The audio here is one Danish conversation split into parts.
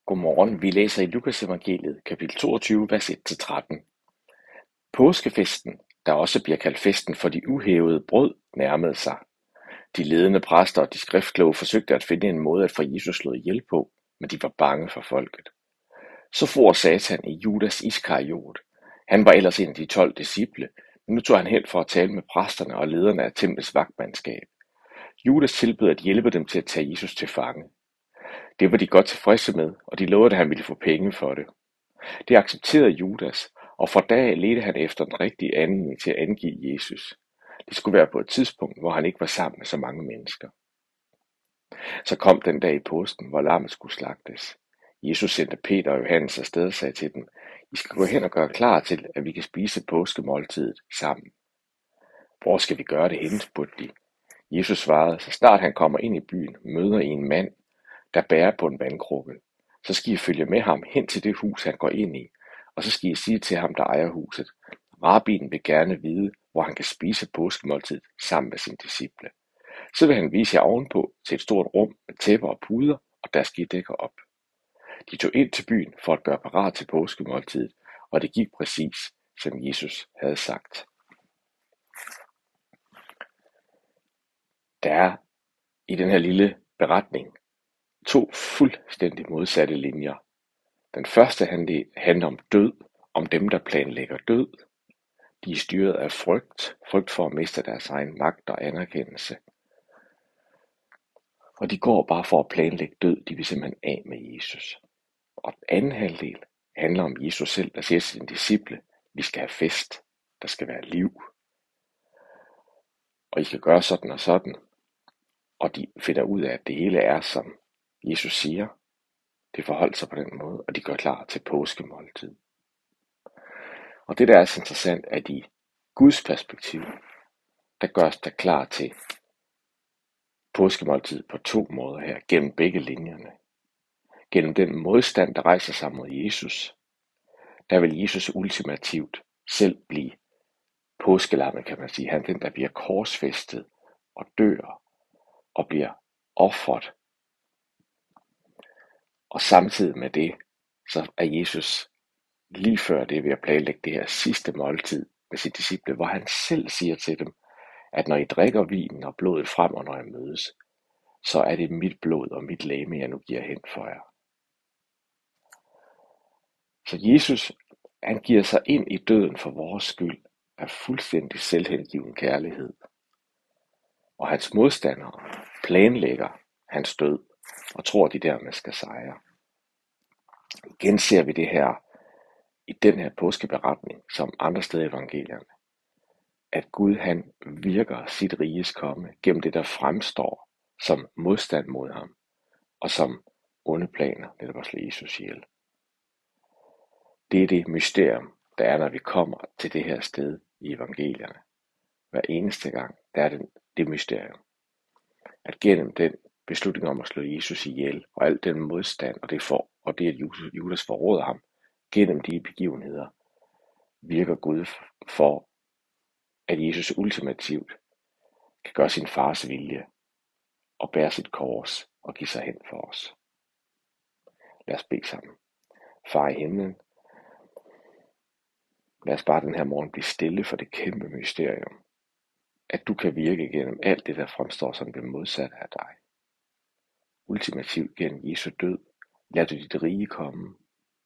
Godmorgen, vi læser i Lukas evangeliet, kapitel 22, vers 1-13. Påskefesten, der også bliver kaldt festen for de uhævede brød, nærmede sig. De ledende præster og de skriftkloge forsøgte at finde en måde at få Jesus slået ihjel på, men de var bange for folket. Så for Satan i Judas Iskariot. Han var ellers en af de 12 disciple, men nu tog han hen for at tale med præsterne og lederne af templets vagtmandskab. Judas tilbød at hjælpe dem til at tage Jesus til fange. Det var de godt tilfredse med, og de lovede, at han ville få penge for det. Det accepterede Judas, og fra da af ledte han efter den rigtige anledning til at angive Jesus. Det skulle være på et tidspunkt, hvor han ikke var sammen med så mange mennesker. Så kom den dag i påsken, hvor lammet skulle slagtes. Jesus sendte Peter og Johannes afsted og sagde til dem, I skal gå hen og gøre klar til, at vi kan spise påskemåltidet sammen. Hvor skal vi gøre det henne, spurgte de. Jesus svarede, så snart han kommer ind i byen, møder I en mand, der bærer på en vandkrukke. Så skal I følge med ham hen til det hus, han går ind i, og så skal I sige til ham, der ejer huset. Rabbinen vil gerne vide, hvor han kan spise påskemåltidet sammen med sine disciple. Så vil han vise jer ovenpå til et stort rum med tæpper og puder, og der skal I dække op. De tog ind til byen for at gøre parat til påskemåltidet, og det gik præcis, som Jesus havde sagt. Der er i den her lille beretning 2 fuldstændig modsatte linjer. Den første handler om død, om dem, der planlægger død. De er styret af frygt for at miste deres egen magt og anerkendelse. Og de går bare for at planlægge død, de vil simpelthen af med Jesus. Og den anden halvdel handler om Jesus selv, der siger til sine disciple, vi skal have fest, der skal være liv. Og I skal gøre sådan og sådan. Og de finder ud af, at det hele er, som Jesus siger. Det forholder sig på den måde, og de gør klar til påskemåltid. Og det, der er så interessant, at i Guds perspektiv, der gøres der klar til påskemåltid på 2 måder her, gennem begge linjerne. Gennem den modstand, der rejser sig mod Jesus, der vil Jesus ultimativt selv blive påskelammet, kan man sige. Han er den, der bliver korsfæstet og dør og bliver ofret. Og samtidig med det, så er Jesus lige før det ved at planlægge det her sidste måltid med sine disciple, hvor han selv siger til dem, at når I drikker vinen og blodet frem, og når I mødes, så er det mit blod og mit legeme, jeg nu giver hen for jer. Så Jesus, han giver sig ind i døden for vores skyld af fuldstændig selvhengiven kærlighed. Og hans modstandere planlægger hans død og tror, de dermed skal sejre. Igen ser vi det her i den her påskeberetning, som andre steder i evangelierne, at Gud han virker sit riges komme gennem det, der fremstår som modstand mod ham, og som onde planer, det der var slå Jesus ihjel. Det er det mysterium, der er, når vi kommer til det her sted i evangelierne. Hver eneste gang, der er det mysterium, at gennem den beslutning om at slå Jesus ihjel, og al den modstand, og det at Judas forråder ham, gennem de begivenheder, virker Gud for, at Jesus ultimativt kan gøre sin fars vilje, og bære sit kors, og give sig hen for os. Lad os bede sammen. Far i himlen, lad os bare den her morgen blive stille for det kæmpe mysterium, at du kan virke gennem alt det, der fremstår som det modsatte af dig. Ultimativt gennem Jesu død, lad du dit rige komme.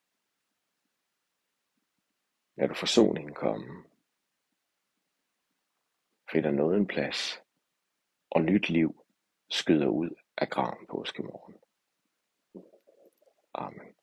Lad du forsoningen komme. Finder nåden plads, og nyt liv skyder ud af graven påskemorgen. Amen.